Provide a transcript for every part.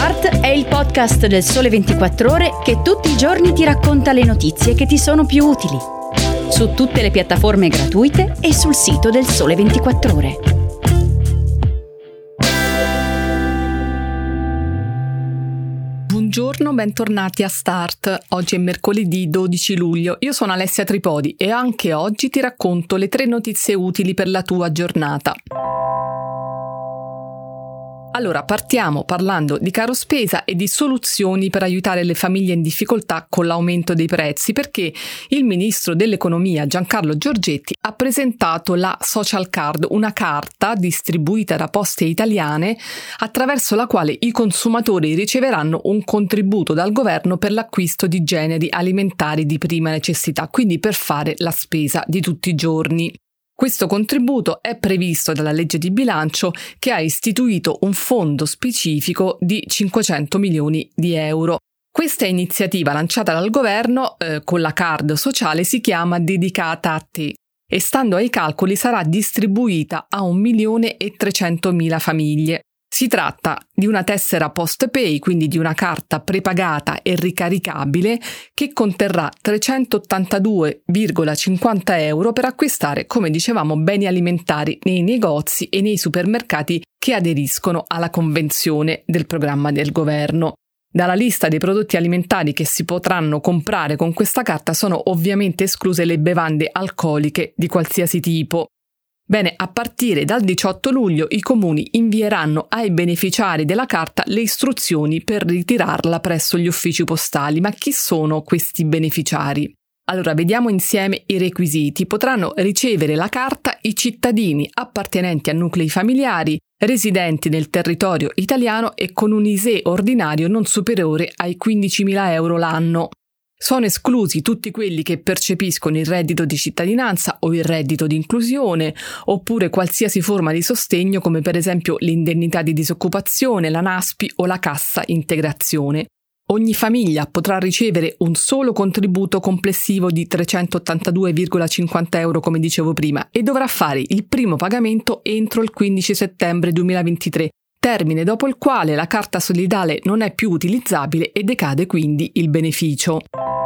Start è il podcast del Sole 24 Ore che tutti i giorni ti racconta le notizie che ti sono più utili. Su tutte le piattaforme gratuite e sul sito del Sole 24 Ore. Buongiorno, bentornati a Start. Oggi è mercoledì 12 luglio. Io sono Alessia Tripodi e anche oggi ti racconto le 3 notizie utili per la tua giornata. Allora, partiamo parlando di caro spesa e di soluzioni per aiutare le famiglie in difficoltà con l'aumento dei prezzi, perché il ministro dell'economia Giancarlo Giorgetti ha presentato la Social Card, una carta distribuita da Poste Italiane attraverso la quale i consumatori riceveranno un contributo dal governo per l'acquisto di generi alimentari di prima necessità, quindi per fare la spesa di tutti i giorni. Questo contributo è previsto dalla legge di bilancio che ha istituito un fondo specifico di 500 milioni di euro. Questa iniziativa lanciata dal governo con la card sociale si chiama Dedicata a te e stando ai calcoli sarà distribuita a 1.300.000 famiglie. Si tratta di una tessera post-pay, quindi di una carta prepagata e ricaricabile che conterrà 382,50 euro per acquistare, come dicevamo, beni alimentari nei negozi e nei supermercati che aderiscono alla convenzione del programma del governo. Dalla lista dei prodotti alimentari che si potranno comprare con questa carta sono ovviamente escluse le bevande alcoliche di qualsiasi tipo. Bene, a partire dal 18 luglio i comuni invieranno ai beneficiari della carta le istruzioni per ritirarla presso gli uffici postali. Ma chi sono questi beneficiari? Allora, vediamo insieme i requisiti. Potranno ricevere la carta i cittadini appartenenti a nuclei familiari, residenti nel territorio italiano e con un ISEE ordinario non superiore ai 15.000 euro l'anno. Sono esclusi tutti quelli che percepiscono il reddito di cittadinanza o il reddito di inclusione, oppure qualsiasi forma di sostegno come per esempio l'indennità di disoccupazione, la NASPI o la cassa integrazione. Ogni famiglia potrà ricevere un solo contributo complessivo di 382,50 euro, come dicevo prima, e dovrà fare il primo pagamento entro il 15 settembre 2023, termine dopo il quale la carta solidale non è più utilizzabile e decade quindi il beneficio.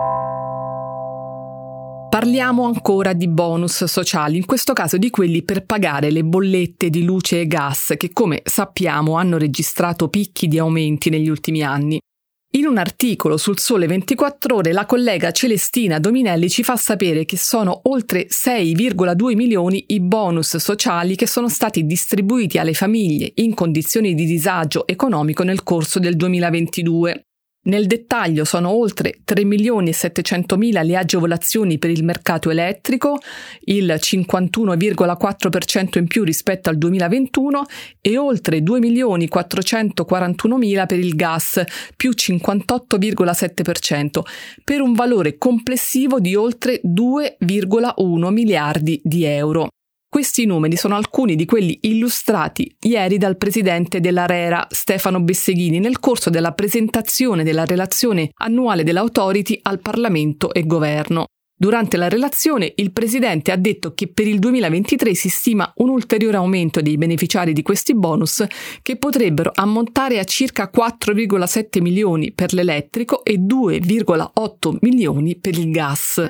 Parliamo ancora di bonus sociali, in questo caso di quelli per pagare le bollette di luce e gas che, come sappiamo, hanno registrato picchi di aumenti negli ultimi anni. In un articolo sul Sole 24 Ore la collega Celestina Dominelli ci fa sapere che sono oltre 6,2 milioni i bonus sociali che sono stati distribuiti alle famiglie in condizioni di disagio economico nel corso del 2022. Nel dettaglio sono oltre 3.700.000 le agevolazioni per il mercato elettrico, il 51,4% in più rispetto al 2021 e oltre 2.441.000 per il gas, più 58,7%, per un valore complessivo di oltre 2,1 miliardi di euro. Questi numeri sono alcuni di quelli illustrati ieri dal presidente dell'ARERA, Stefano Besseghini, nel corso della presentazione della relazione annuale dell'Authority al Parlamento e Governo. Durante la relazione, il presidente ha detto che per il 2023 si stima un ulteriore aumento dei beneficiari di questi bonus che potrebbero ammontare a circa 4,7 milioni per l'elettrico e 2,8 milioni per il gas.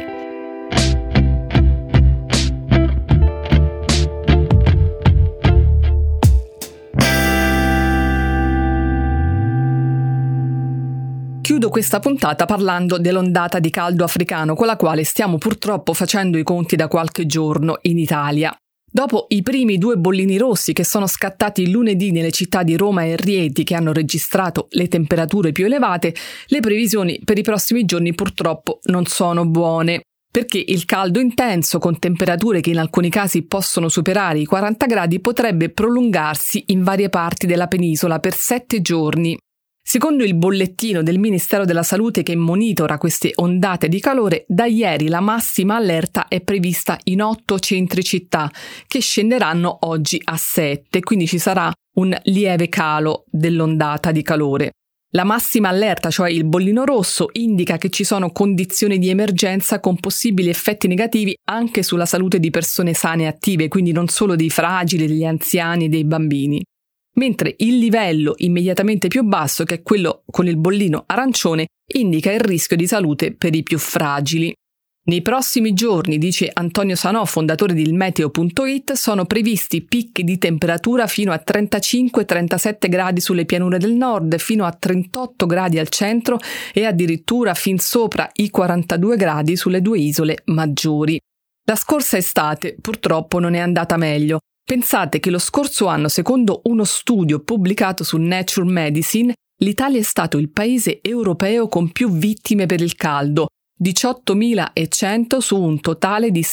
Chiudo questa puntata parlando dell'ondata di caldo africano con la quale stiamo purtroppo facendo i conti da qualche giorno in Italia. Dopo i primi 2 bollini rossi che sono scattati lunedì nelle città di Roma e Rieti che hanno registrato le temperature più elevate, le previsioni per i prossimi giorni purtroppo non sono buone. Perché il caldo intenso, con temperature che in alcuni casi possono superare i 40 gradi, potrebbe prolungarsi in varie parti della penisola per 7 giorni. Secondo il bollettino del Ministero della Salute che monitora queste ondate di calore, da ieri la massima allerta è prevista in 8 centri città, che scenderanno oggi a 7, quindi ci sarà un lieve calo dell'ondata di calore. La massima allerta, cioè il bollino rosso, indica che ci sono condizioni di emergenza con possibili effetti negativi anche sulla salute di persone sane e attive, quindi non solo dei fragili, degli anziani e dei bambini. mentre il livello immediatamente più basso, che è quello con il bollino arancione, indica il rischio di salute per i più fragili. Nei prossimi giorni, dice Antonio Sanò, fondatore di ilmeteo.it, sono previsti picchi di temperatura fino a 35-37 gradi sulle pianure del nord, fino a 38 gradi al centro e addirittura fin sopra i 42 gradi sulle 2 isole maggiori. La scorsa estate purtroppo non è andata meglio. Pensate che lo scorso anno, secondo uno studio pubblicato su Nature Medicine, l'Italia è stato il paese europeo con più vittime per il caldo, 18.100 su un totale di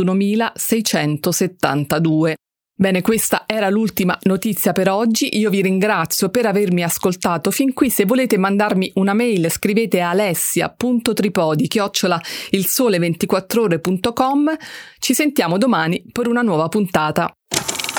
61.672. Bene, questa era l'ultima notizia per oggi. Io vi ringrazio per avermi ascoltato fin qui. Se volete mandarmi una mail, scrivete a alessia.tripodi@ilsole24ore.com. Ci sentiamo domani per una nuova puntata.